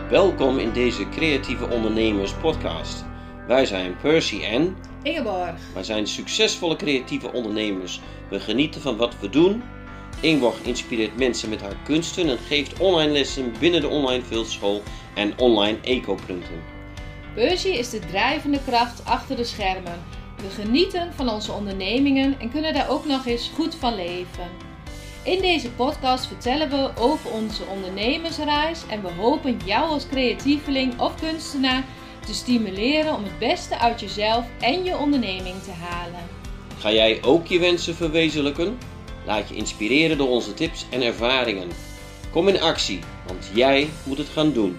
Welkom in deze Creatieve Ondernemers podcast. Wij zijn Percy en Ingeborg. wij zijn succesvolle creatieve ondernemers. We genieten van wat we doen. Ingeborg inspireert mensen met haar kunsten en geeft online lessen binnen de online fieldschool en online eco-punten. Percy is de drijvende kracht achter de schermen. We genieten van onze ondernemingen en kunnen daar ook nog eens goed van leven. In deze podcast vertellen we over onze ondernemersreis en we hopen jou als creatieveling of kunstenaar te stimuleren om het beste uit jezelf en je onderneming te halen. Ga jij ook je wensen verwezenlijken? Laat je inspireren door onze tips en ervaringen. Kom in actie, want jij moet het gaan doen.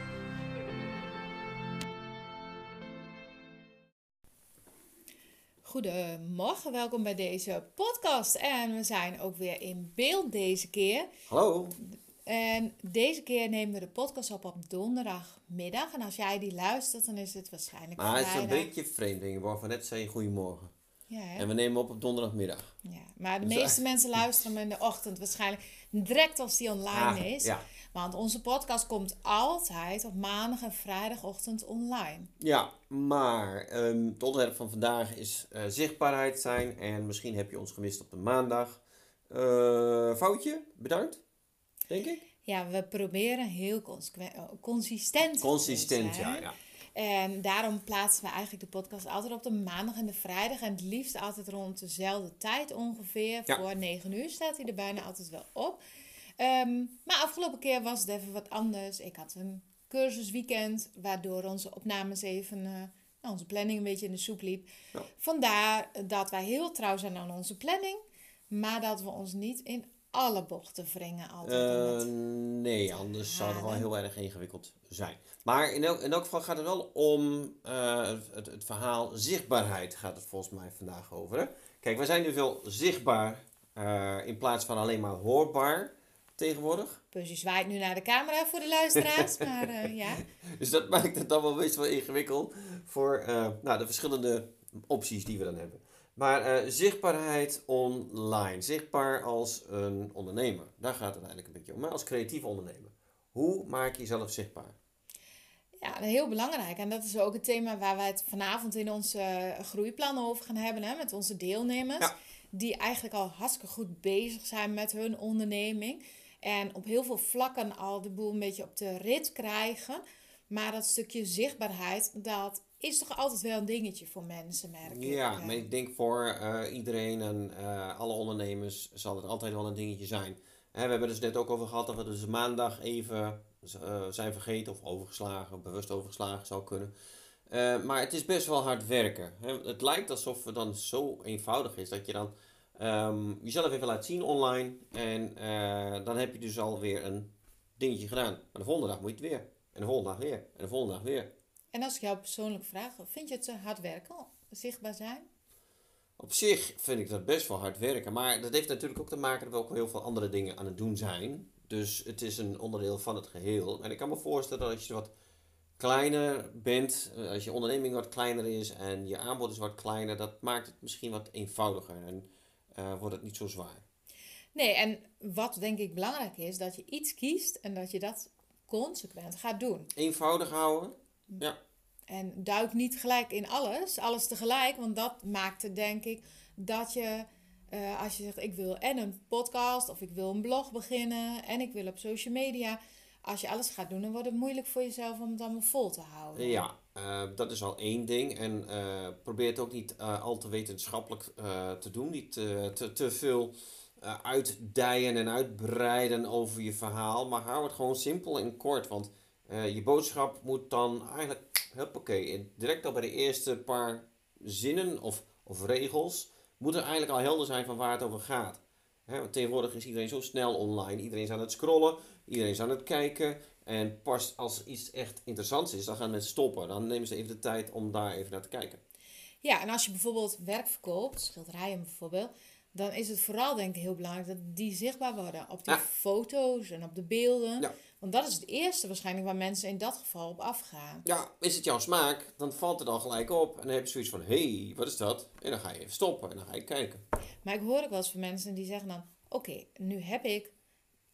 Goedemorgen, welkom bij deze podcast. En we zijn ook weer in beeld deze keer. Hallo. En deze keer nemen we de podcast op donderdagmiddag. En als jij die luistert, dan is het waarschijnlijk Maar het vrijdag. is een beetje vreemd, Ingeborg. Van net zei je goedemorgen. Ja, hè? En we nemen op donderdagmiddag. Ja, maar de Dus meeste mensen luisteren hem in de ochtend waarschijnlijk direct als die online is. Ja. Want onze podcast komt altijd op maandag en vrijdagochtend online. Ja, maar het onderwerp van vandaag is zichtbaarheid zijn. En misschien heb je ons gemist op de maandag. Foutje, bedankt, denk ik. Ja, we proberen heel consistent Consistent, te zijn. ja. En daarom plaatsen we eigenlijk de podcast altijd op de maandag en de vrijdag. En het liefst altijd rond dezelfde tijd ongeveer. Ja. Voor 9 uur staat hij er bijna altijd wel op. Maar afgelopen keer was het even wat anders. Ik had een cursusweekend, waardoor onze opnames even, onze planning een beetje in de soep liep. Ja. Vandaar dat wij heel trouw zijn aan onze planning, maar dat we ons niet in alle bochten wringen altijd. Nee, anders zou het wel halen. heel erg ingewikkeld zijn. Maar in elk geval gaat het wel om het verhaal zichtbaarheid gaat het volgens mij vandaag over. Hè? Kijk, wij zijn nu veel zichtbaar in plaats van alleen maar hoorbaar tegenwoordig. Dus je zwaait nu naar de camera voor de luisteraars, maar ja. Dus dat maakt het dan wel best wel ingewikkeld voor de verschillende opties die we dan hebben. Maar zichtbaarheid online, zichtbaar als een ondernemer, daar gaat het eigenlijk een beetje om. Maar als creatieve ondernemer, hoe maak je jezelf zichtbaar? Ja, heel belangrijk. En dat is ook het thema waar wij het vanavond in onze groeiplan over gaan hebben. Hè, met onze deelnemers. Ja. Die eigenlijk al hartstikke goed bezig zijn met hun onderneming. En op heel veel vlakken al de boel een beetje op de rit krijgen. Maar dat stukje zichtbaarheid, dat is toch altijd wel een dingetje voor mensen, merk ik. Ja, maar ik denk voor iedereen en alle ondernemers zal het altijd wel een dingetje zijn. We hebben het dus net ook over gehad dat we dus maandag even zijn vergeten of overgeslagen, bewust overgeslagen zou kunnen. Maar het is best wel hard werken. Het lijkt alsof het dan zo eenvoudig is dat je dan jezelf even laat zien online. En dan heb je dus alweer een dingetje gedaan. Maar de volgende dag moet je het weer. En de volgende dag weer. En de volgende dag weer. En als ik jou persoonlijk vraag, vind je het hard werken, zichtbaar zijn? Op zich vind ik dat best wel hard werken. Maar dat heeft natuurlijk ook te maken dat we ook heel veel andere dingen aan het doen zijn. Dus het is een onderdeel van het geheel. En ik kan me voorstellen dat als je wat kleiner bent, als je onderneming wat kleiner is en je aanbod is wat kleiner, dat maakt het misschien wat eenvoudiger en wordt het niet zo zwaar. Nee, en wat denk ik belangrijk is, dat je iets kiest en dat je dat consequent gaat doen. Eenvoudig houden, ja. En duik niet gelijk in alles tegelijk. Want dat maakt het, denk ik, dat je, als je zegt, ik wil en een podcast of ik wil een blog beginnen en ik wil op social media. Als je alles gaat doen, dan wordt het moeilijk voor jezelf om het allemaal vol te houden. Ja, dat is al één ding. En probeer het ook niet al te wetenschappelijk te doen. Niet te veel uitdijen en uitbreiden over je verhaal. Maar hou het gewoon simpel en kort. Want je boodschap moet dan eigenlijk, huppakee, direct al bij de eerste paar zinnen of regels, moet er eigenlijk al helder zijn van waar het over gaat. Want tegenwoordig is iedereen zo snel online. Iedereen is aan het scrollen. Iedereen is aan het kijken. En pas als iets echt interessants is, dan gaan mensen stoppen. Dan nemen ze even de tijd om daar even naar te kijken. Ja, en als je bijvoorbeeld werk verkoopt, schilderijen bijvoorbeeld, dan is het vooral denk ik heel belangrijk dat die zichtbaar worden op de foto's en op de beelden. Ja. Want dat is het eerste waarschijnlijk waar mensen in dat geval op afgaan. Ja, is het jouw smaak, dan valt het al gelijk op. En dan heb je zoiets van, hé, wat is dat? En dan ga je even stoppen en dan ga je kijken. Maar ik hoor ook wel eens van mensen die zeggen dan, oké, nu heb ik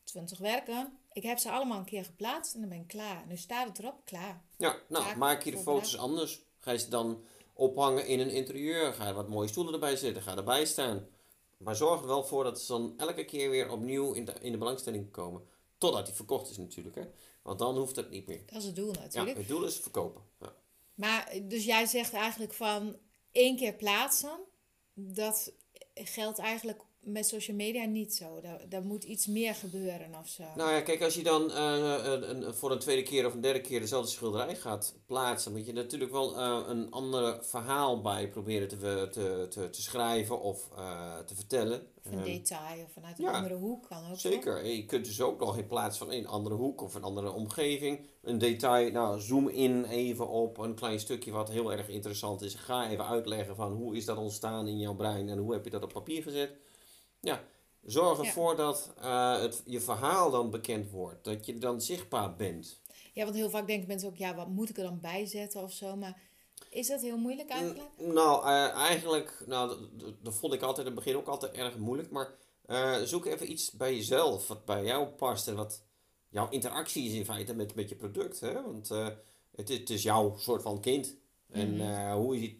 20 werken. Ik heb ze allemaal een keer geplaatst en dan ben ik klaar. Nu staat het erop, klaar. Ja, nou, Taak maak je de voorbereid. foto's anders. Ga je ze dan ophangen in een interieur. Ga je wat mooie stoelen erbij zetten. Ga erbij staan. Maar zorg er wel voor dat ze dan elke keer weer opnieuw in de belangstelling komen. Totdat die verkocht is natuurlijk. Hè? Want dan hoeft het niet meer. Dat is het doel Ja, natuurlijk. het doel is verkopen. Ja. Maar dus jij zegt eigenlijk van 1 keer plaatsen. Dat geldt eigenlijk met social media niet zo. Daar moet iets meer gebeuren of zo. Nou ja, kijk, als je dan voor een tweede keer of een derde keer dezelfde schilderij gaat plaatsen, moet je natuurlijk wel een ander verhaal bij proberen te schrijven of te vertellen. Of een detail of vanuit een ja, andere hoek kan ook. Zeker. En je kunt dus ook nog in plaats van een andere hoek of een andere omgeving, een detail, nou zoom in even op een klein stukje wat heel erg interessant is. Ga even uitleggen van hoe is dat ontstaan in jouw brein en hoe heb je dat op papier gezet. Ja, zorg ervoor dat je verhaal dan bekend wordt. Dat je dan zichtbaar bent. Ja, want heel vaak denken mensen ook, ja, wat moet ik er dan bij zetten of zo. Maar is dat heel moeilijk eigenlijk? Nou, eigenlijk, dat vond ik altijd in het begin ook altijd erg moeilijk. Maar zoek even iets bij jezelf, wat bij jou past en wat jouw interactie is in feite met je product. Hè? Want het is jouw soort van kind. En hoe is hij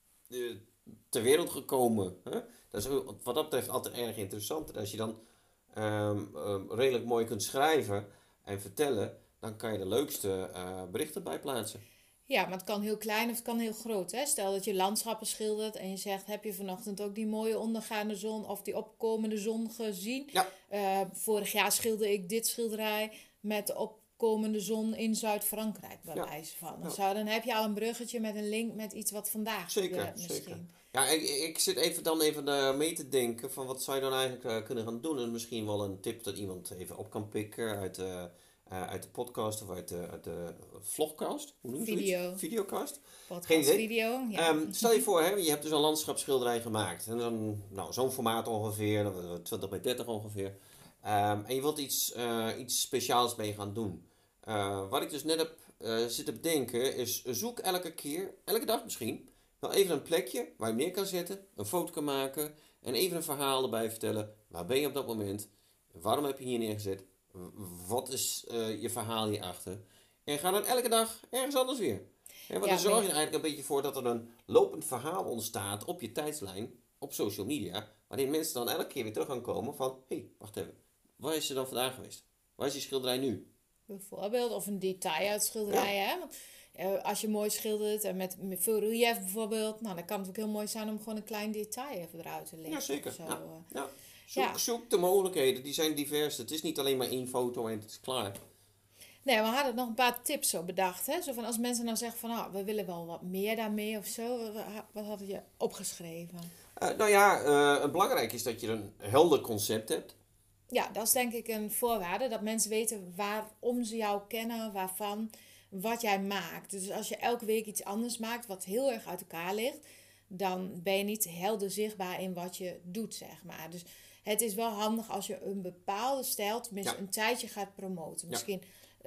ter wereld gekomen? Hè? Dat is wat dat betreft altijd erg interessant. En als je dan redelijk mooi kunt schrijven en vertellen, dan kan je de leukste berichten bij plaatsen. Ja, maar het kan heel klein of het kan heel groot. Hè? Stel dat je landschappen schildert en je zegt, heb je vanochtend ook die mooie ondergaande zon of die opkomende zon gezien? Ja. Vorig jaar schilderde ik dit schilderij met de opkomende zon in Zuid-Frankrijk, bij wijze van. Dan heb je al een bruggetje met een link met iets wat vandaag gebeurt misschien. Zeker. Ja, ik zit even mee te denken van wat zou je dan eigenlijk kunnen gaan doen. En misschien wel een tip dat iemand even op kan pikken uit de podcast of uit de vlogcast. Hoe noem je zoiets? Videocast. Podcast, geen idee. video. Ja. Stel je voor, je hebt dus een landschapsschilderij gemaakt. En dan, zo'n formaat ongeveer, 20 bij 30 ongeveer. En je wilt iets speciaals mee gaan doen. Wat ik dus net heb zitten bedenken is, zoek elke dag misschien, wel even een plekje waar je neer kan zetten, een foto kan maken en even een verhaal erbij vertellen. Waar ben je op dat moment? Waarom heb je hier neergezet? Wat is je verhaal hierachter? En ga dan elke dag ergens anders weer. Want dan zorg je er eigenlijk een beetje voor dat er een lopend verhaal ontstaat op je tijdslijn, op social media, waarin mensen dan elke keer weer terug gaan komen van, hé, wacht even, waar is ze dan vandaag geweest? Waar is die schilderij nu? Bijvoorbeeld, of een detail uit schilderijen. Hè? Want, als je mooi schildert en met veel relief bijvoorbeeld, nou, dan kan het ook heel mooi zijn om gewoon een klein detail even eruit te leggen. Ja, zeker. Zo. Zoek de mogelijkheden, die zijn divers. Het is niet alleen maar 1 foto en het is klaar. Nee, we hadden nog een paar tips zo bedacht. Hè? Zo van als mensen nou zeggen van, we willen wel wat meer daarmee of zo. Wat had je opgeschreven? Belangrijk is dat je een helder concept hebt. Ja, dat is denk ik een voorwaarde. Dat mensen weten waarom ze jou kennen, waarvan, wat jij maakt. Dus als je elke week iets anders maakt, wat heel erg uit elkaar ligt, dan ben je niet helder zichtbaar in wat je doet, zeg maar. Dus het is wel handig als je een bepaalde stijl, tenminste een tijdje gaat promoten. Misschien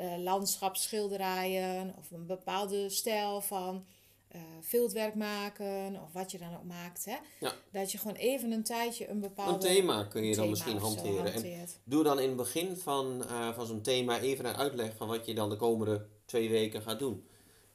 landschapsschilderijen of een bepaalde stijl van viltwerk maken of wat je dan ook maakt. Hè? Ja. Dat je gewoon even een tijdje een bepaalde... Een thema kun je dan misschien hanteren. En doe dan in het begin van zo'n thema even een uitleg van wat je dan de komende 2 weken gaat doen.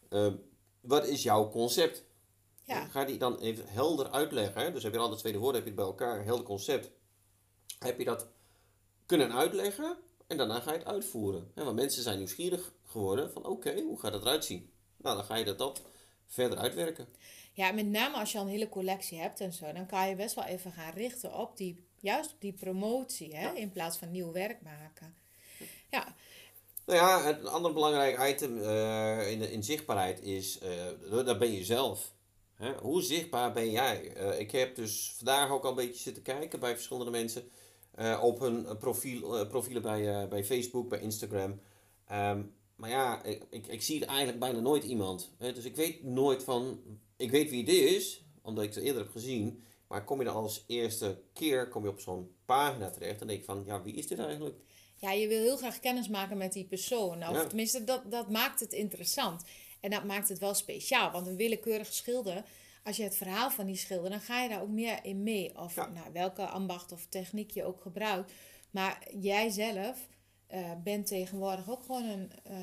Wat is jouw concept? Ja. Ga die dan even helder uitleggen. Hè? Dus heb je al de tweede woorden, heb je het bij elkaar, een helder concept. Heb je dat kunnen uitleggen en daarna ga je het uitvoeren. Want mensen zijn nieuwsgierig geworden van oké, hoe gaat het eruit zien? Nou, dan ga je dat verder uitwerken. Ja, met name als je al een hele collectie hebt en zo, dan kan je best wel even gaan richten op juist op die promotie, hè? In plaats van nieuw werk maken. Ja. Nou ja, een ander belangrijk item in zichtbaarheid is, daar ben je zelf. Hè? Hoe zichtbaar ben jij? Ik heb dus vandaag ook al een beetje zitten kijken bij verschillende mensen op hun profielen bij Facebook, bij Instagram. Maar ja, ik zie eigenlijk bijna nooit iemand. Hè? Dus ik weet nooit ik weet wie dit is, omdat ik ze eerder heb gezien. Maar kom je dan als eerste keer op zo'n pagina terecht, dan denk ik van, ja, wie is dit eigenlijk? Ja, je wil heel graag kennis maken met die persoon. Of tenminste, dat maakt het interessant. En dat maakt het wel speciaal. Want een willekeurige schilder, als je het verhaal van die schilder, dan ga je daar ook meer in mee. Of welke ambacht of techniek je ook gebruikt. Maar jij zelf bent tegenwoordig ook gewoon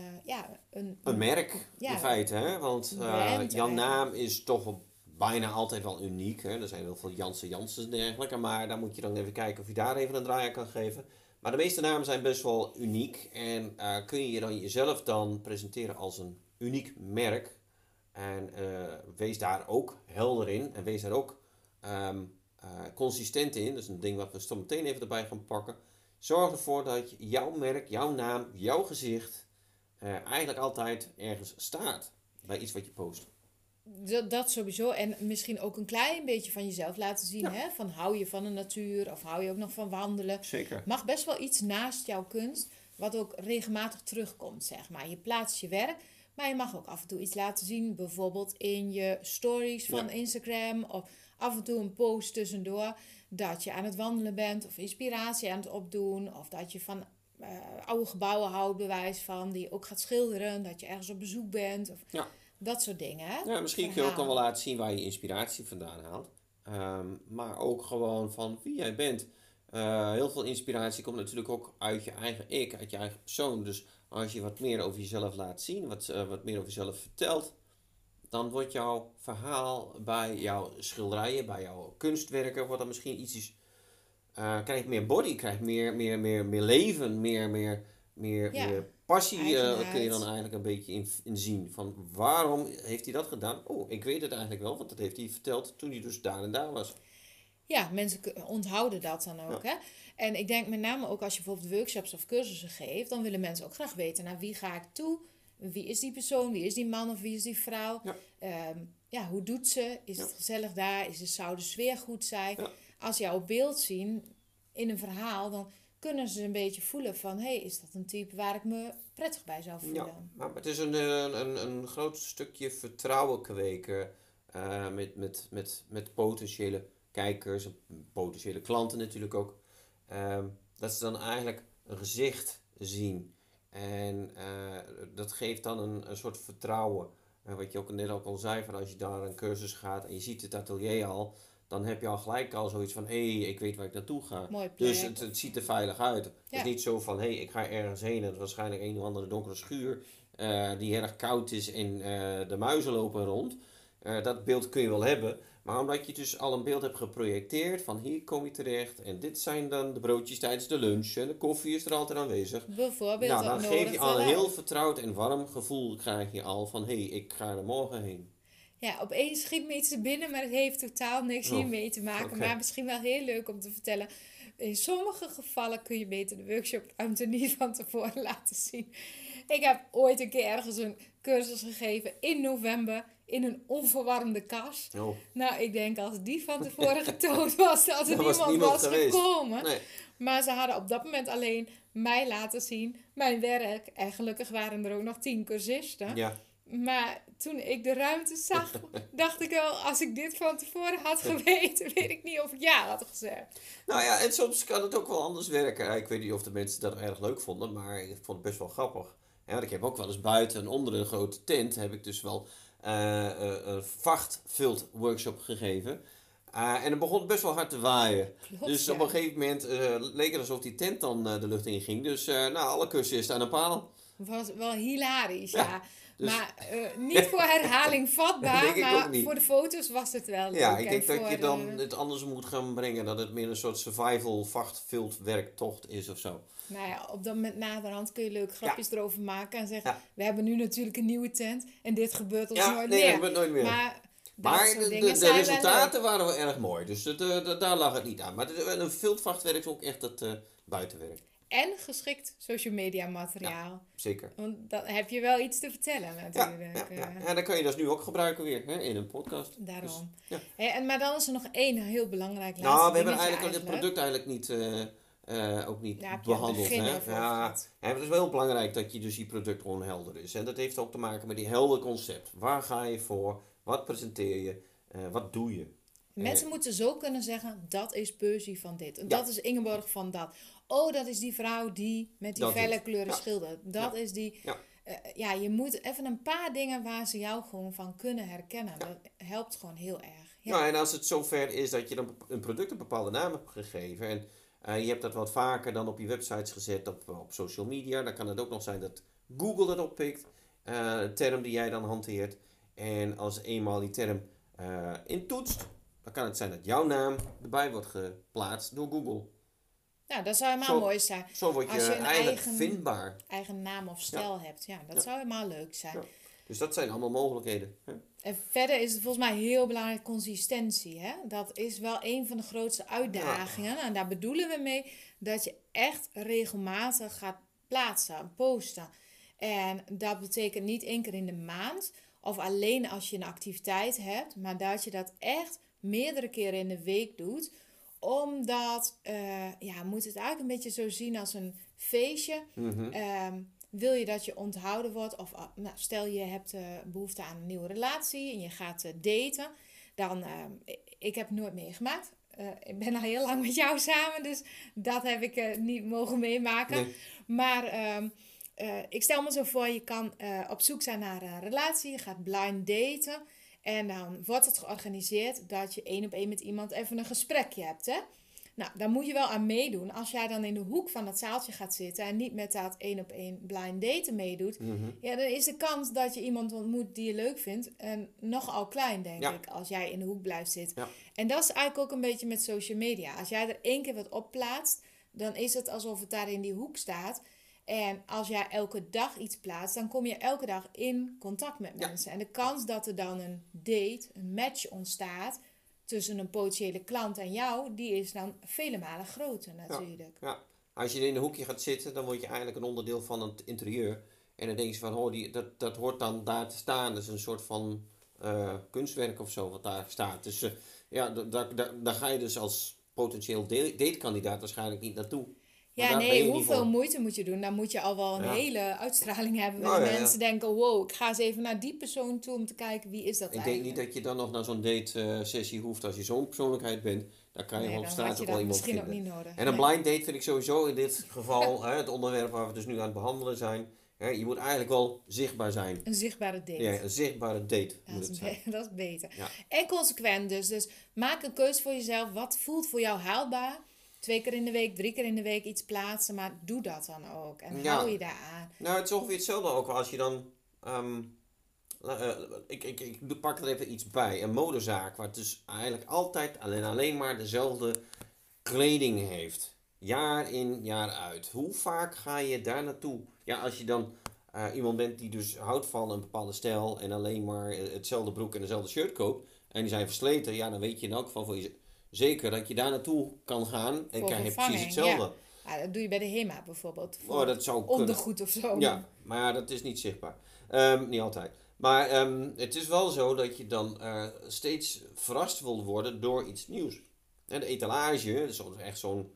Een merk, ja, in feite. Hè? Want brand jouw naam eigenlijk. is toch bijna altijd wel uniek. Hè? Er zijn heel veel Janssens en dergelijke. Maar daar moet je dan even kijken of je daar even een draai aan kan geven. Maar de meeste namen zijn best wel uniek. En kun je dan jezelf dan presenteren als een uniek merk. En wees daar ook helder in. En wees daar ook consistent in. Dat is een ding wat we zo meteen even erbij gaan pakken. Zorg ervoor dat jouw merk, jouw naam, jouw gezicht eigenlijk altijd ergens staat. Bij iets wat je post. Dat sowieso. En misschien ook een klein beetje van jezelf laten zien. Ja. Hè? Van hou je van de natuur of hou je ook nog van wandelen. Zeker. Mag best wel iets naast jouw kunst. Wat ook regelmatig terugkomt, zeg maar. Je plaatst je werk. Maar je mag ook af en toe iets laten zien. Bijvoorbeeld in je stories van Instagram. Of af en toe een post tussendoor. Dat je aan het wandelen bent. Of inspiratie aan het opdoen. Of dat je van oude gebouwen houdt, bewijs van. Die je ook gaat schilderen. Dat je ergens op bezoek bent. Of dat soort dingen. Hè? Ja, misschien kun je ook al wel laten zien waar je inspiratie vandaan haalt. Maar ook gewoon van wie jij bent. Heel veel inspiratie komt natuurlijk ook uit je eigen ik, uit je eigen persoon. Dus als je wat meer over jezelf laat zien, wat meer over jezelf vertelt, dan wordt jouw verhaal bij jouw schilderijen, bij jouw kunstwerken, wordt dan misschien iets krijgt meer body, krijgt meer leven, meer passie kun je dan eigenlijk een beetje in zien. Van waarom heeft hij dat gedaan? Oh, ik weet het eigenlijk wel, want dat heeft hij verteld toen hij dus daar en daar was. Ja, mensen onthouden dat dan ook. Ja. Hè? En ik denk met name ook als je bijvoorbeeld workshops of cursussen geeft, dan willen mensen ook graag weten naar wie ga ik toe? Wie is die persoon? Wie is die man of wie is die vrouw? Ja. Hoe doet ze? Is het gezellig daar? Zou de sfeer goed zijn? Ja. Als jou op beeld zien in een verhaal, dan kunnen ze een beetje voelen van, is dat een type waar ik me prettig bij zou voelen? Ja, maar het is een groot stukje vertrouwen kweken met potentiële kijkers, en potentiële klanten natuurlijk ook. Dat ze dan eigenlijk een gezicht zien. En dat geeft dan een soort vertrouwen. Wat je ook net al zei, van als je daar een cursus gaat en je ziet het atelier al, dan heb je al gelijk al zoiets van, ik weet waar ik naartoe ga. Mooi plek. Dus het ziet er veilig uit. Het is niet zo van, ik ga ergens heen en het is waarschijnlijk een of andere donkere schuur die erg koud is en de muizen lopen rond. Dat beeld kun je wel hebben. Maar omdat je dus al een beeld hebt geprojecteerd van hier kom je terecht en dit zijn dan de broodjes tijdens de lunch en de koffie is er altijd aanwezig. Bijvoorbeeld. Nou, dan geef je al een heel vertrouwd en warm gevoel krijg je al van ik ga er morgen heen. Ja, opeens schiet me iets te binnen, maar het heeft totaal niks hiermee te maken. Okay. Maar misschien wel heel leuk om te vertellen. In sommige gevallen kun je beter de workshopruimte niet van tevoren laten zien. Ik heb ooit een keer ergens een cursus gegeven in november in een onverwarmde kas. Oh. Nou, ik denk als die van tevoren getoond was, dat er niemand was gekomen. Nee. Maar ze hadden op dat moment alleen mij laten zien, mijn werk. En gelukkig waren er ook nog 10 cursisten. Ja. Maar toen ik de ruimte zag, dacht ik wel, als ik dit van tevoren had geweten, weet ik niet of ik ja had gezegd. Nou ja, en soms kan het ook wel anders werken. Ik weet niet of de mensen dat erg leuk vonden, maar ik vond het best wel grappig. Want ik heb ook wel eens buiten en onder een grote tent, heb ik dus wel een vachtvilt workshop gegeven. En het begon best wel hard te waaien. Klopt, dus op een gegeven moment leek het alsof die tent dan de lucht in ging. Dus alle cursisten aan een paal. Was wel hilarisch, ja. Dus... Maar niet voor herhaling vatbaar, denk ik maar ook niet. voor de foto's was het wel leuk. Ja, ik denk en dat je dan het anders moet gaan brengen. Dat het meer een soort survival vachtvilt werktocht is of zo. Nou ja, op dat moment naderhand kun je leuke grapjes erover maken en zeggen, we hebben nu natuurlijk een nieuwe tent en dit gebeurt ons nooit meer. Nee, dat gebeurt nooit meer. Maar de resultaten waren wel erg mooi, dus daar lag het niet aan. Maar een viltvachtwerk is ook echt het buitenwerk. En geschikt social media materiaal. Ja, zeker. Want dan heb je wel iets te vertellen natuurlijk. Ja, dan kan je dus nu ook gebruiken weer in een podcast. Daarom. Dus, Maar dan is er nog één heel belangrijk laatste Nou, we hebben dingetje eigenlijk het product eigenlijk niet behandeld. Het is wel heel belangrijk dat je dus je product gewoon helder is. En dat heeft ook te maken met die helder concept. Waar ga je voor? Wat presenteer je? Wat doe je? Mensen moeten zo kunnen zeggen, dat is Percy van dit. En dat is Ingeborg van dat. Oh, dat is die vrouw die met die felle kleuren schildert. Dat is die... Ja. Je moet even een paar dingen waar ze jou gewoon van kunnen herkennen. Ja. Dat helpt gewoon heel erg. Ja. Nou, en als het zover is dat je dan een product een bepaalde naam hebt gegeven... en Je hebt dat wat vaker dan op je websites gezet op social media. Dan kan het ook nog zijn dat Google dat oppikt. Een term die jij dan hanteert. En als eenmaal die term intoetst, dan kan het zijn dat jouw naam erbij wordt geplaatst door Google. Nou, dat zou helemaal mooi zijn. Zo word je eigenlijk vindbaar. Eigen naam of stijl hebt. Ja, dat zou helemaal leuk zijn. Ja. Dus dat zijn allemaal mogelijkheden. Hè? En verder is het volgens mij heel belangrijk consistentie. Hè? Dat is wel een van de grootste uitdagingen. Ja. En daar bedoelen we mee dat je echt regelmatig gaat plaatsen, posten. En dat betekent niet 1 keer in de maand of alleen als je een activiteit hebt, maar dat je dat echt meerdere keren in de week doet. Omdat, moet het eigenlijk een beetje zo zien als een feestje. Wil je dat je onthouden wordt, of stel je hebt behoefte aan een nieuwe relatie en je gaat daten, dan, ik heb het nooit meegemaakt. Ik ben al heel lang met jou samen, dus dat heb ik niet mogen meemaken. Nee. Maar ik stel me zo voor, je kan op zoek zijn naar een relatie, je gaat blind daten en dan wordt het georganiseerd dat je 1-op-1 met iemand even een gesprekje hebt, hè. Nou, daar moet je wel aan meedoen. Als jij dan in de hoek van dat zaaltje gaat zitten en niet met dat 1-op-1 blind daten meedoet, ja, dan is de kans dat je iemand ontmoet die je leuk vindt nogal klein, denk ik, als jij in de hoek blijft zitten. Ja. En dat is eigenlijk ook een beetje met social media. Als jij er 1 keer wat op plaatst, dan is het alsof het daar in die hoek staat. En als jij elke dag iets plaatst, dan kom je elke dag in contact met mensen. En de kans dat er dan een date, een match ontstaat tussen een potentiële klant en jou, die is dan vele malen groter natuurlijk. Ja. Als je in een hoekje gaat zitten, dan word je eigenlijk een onderdeel van het interieur. En dan denk je van, dat hoort dan daar te staan. Dat is een soort van kunstwerk of zo wat daar staat. Dus daar ga je dus als potentieel datekandidaat waarschijnlijk niet naartoe. Ja, nee, hoeveel moeite moet je doen? Dan moet je al wel een hele uitstraling hebben. Waar mensen denken, wow, ik ga eens even naar die persoon toe om te kijken, wie is dat eigenlijk? Ik denk niet dat je dan nog naar zo'n date sessie hoeft. Als je zo'n persoonlijkheid bent, dan kan je op straat ook wel iemand vinden. Ook niet nodig. En een blind date vind ik sowieso in dit geval, het onderwerp waar we dus nu aan het behandelen zijn. Je moet eigenlijk wel zichtbaar zijn. Een zichtbare date. Ja, een zichtbare date moet het zijn. Dat is beter. Ja. En consequent dus. Dus maak een keuze voor jezelf. Wat voelt voor jou haalbaar? 2 keer in de week, 3 keer in de week iets plaatsen, maar doe dat dan ook. En hou je daar aan. Nou, het is ongeveer hetzelfde ook als je dan... ik pak er even iets bij. Een modezaak waar het dus eigenlijk altijd alleen maar dezelfde kleding heeft. Jaar in, jaar uit. Hoe vaak ga je daar naartoe? Ja, als je dan iemand bent die dus houdt van een bepaalde stijl en alleen maar hetzelfde broek en dezelfde shirt koopt en die zijn versleten, ja, dan weet je in elk geval voor je zeker dat je daar naartoe kan gaan en krijg je precies hetzelfde. Ja, dat doe je bij de HEMA bijvoorbeeld. Dat zou ondergoed of zo. Ja, maar dat is niet zichtbaar. Niet altijd. Maar het is wel zo dat je dan steeds verrast wil worden door iets nieuws. En de etalage, dat is echt zo'n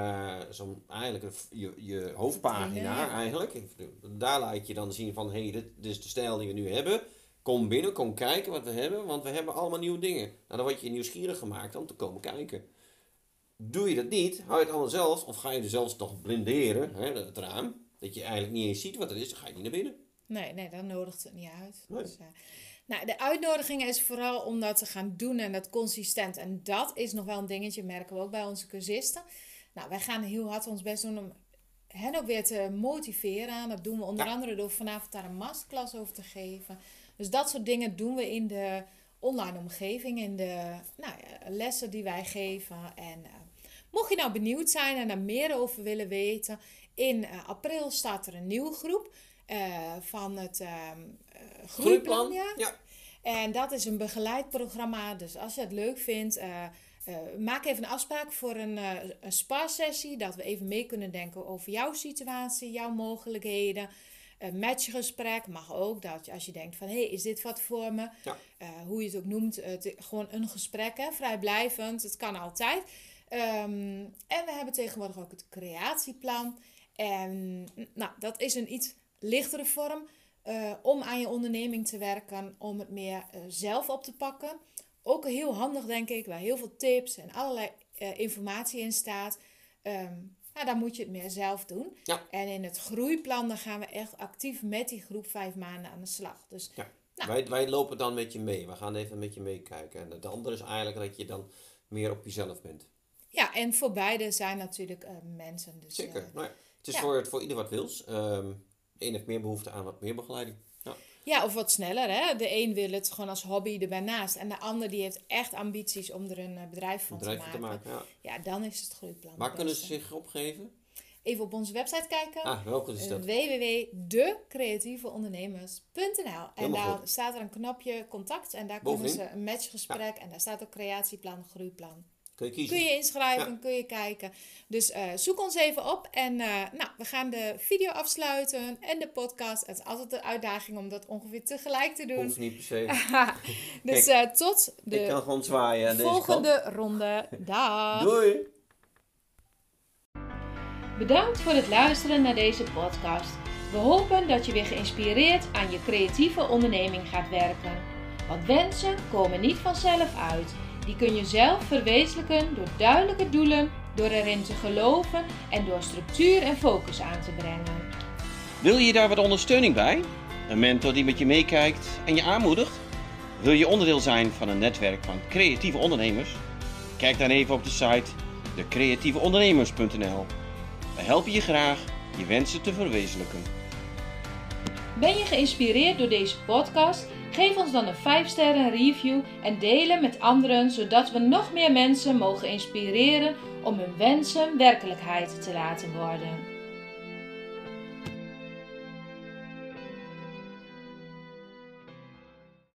eigenlijk je hoofdpagina eigenlijk. Daar laat je dan zien van, dit is de stijl die we nu hebben. Kom binnen, kom kijken wat we hebben, want we hebben allemaal nieuwe dingen. Nou, dan word je nieuwsgierig gemaakt om te komen kijken. Doe je dat niet, hou je het allemaal zelf, of ga je er zelfs nog blinderen, het raam, dat je eigenlijk niet eens ziet wat er is, dan ga je niet naar binnen. Nee, dan nodigt het niet uit. Nee. Dus, de uitnodiging is vooral om dat te gaan doen en dat consistent. En dat is nog wel een dingetje, merken we ook bij onze cursisten. Nou, wij gaan heel hard ons best doen om hen ook weer te motiveren. Dat doen we onder andere door vanavond daar een masterclass over te geven. Dus dat soort dingen doen we in de online omgeving, in de lessen die wij geven. En mocht je nou benieuwd zijn en daar meer over willen weten, in april staat er een nieuwe groep van het groeiplan. Ja. En dat is een begeleid programma, dus als je het leuk vindt, maak even een afspraak voor een sparsessie, dat we even mee kunnen denken over jouw situatie, jouw mogelijkheden. Een matchgesprek mag ook, dat als je denkt van, is dit wat voor me? Ja. Hoe je het ook noemt, gewoon een gesprek, vrijblijvend, het kan altijd. En we hebben tegenwoordig ook het creatieplan. En dat is een iets lichtere vorm om aan je onderneming te werken, om het meer zelf op te pakken. Ook heel handig, denk ik, waar heel veel tips en allerlei informatie in staat. Dan moet je het meer zelf doen. Ja. En in het groeiplan dan gaan we echt actief met die groep 5 maanden aan de slag. Dus, wij lopen dan met je mee. We gaan even met je meekijken. En het andere is eigenlijk dat je dan meer op jezelf bent. Ja, en voor beide zijn natuurlijk mensen. Dus, Zeker. Nou ja, het is ja. voor ieder wat wils. De een heeft meer behoefte aan wat meer begeleiding. Ja. Ja, of wat sneller. Hè? De een wil het gewoon als hobby erbij naast. En de ander die heeft echt ambities om er een bedrijf van te maken. Ja. Ja, dan is het groeiplan. Waar kunnen ze zich opgeven? Even op onze website kijken. Welke is dat? www.decreatieveondernemers.nl. En daar staat er een knopje contact. En daar Bovenin. kunnen ze een matchgesprek. Ja. En daar staat ook creatieplan, groeiplan. Kun je kiezen. Kun je inschrijven, kun je kijken. Dus zoek ons even op. En we gaan de video afsluiten en de podcast. Het is altijd de uitdaging om dat ongeveer tegelijk te doen. Hoeft niet per se. Dus tot Ik kan de gewoon zwaaien aan deze volgende kant. ronde. Dag! Doei! Bedankt voor het luisteren naar deze podcast. We hopen dat je weer geïnspireerd aan je creatieve onderneming gaat werken. Want wensen komen niet vanzelf uit. Die kun je zelf verwezenlijken door duidelijke doelen, door erin te geloven en door structuur en focus aan te brengen. Wil je daar wat ondersteuning bij? Een mentor die met je meekijkt en je aanmoedigt? Wil je onderdeel zijn van een netwerk van creatieve ondernemers? Kijk dan even op de site decreatieveondernemers.nl. We helpen je graag je wensen te verwezenlijken. Ben je geïnspireerd door deze podcast? Geef ons dan een 5-sterren review en deel hem met anderen, zodat we nog meer mensen mogen inspireren om hun wensen werkelijkheid te laten worden.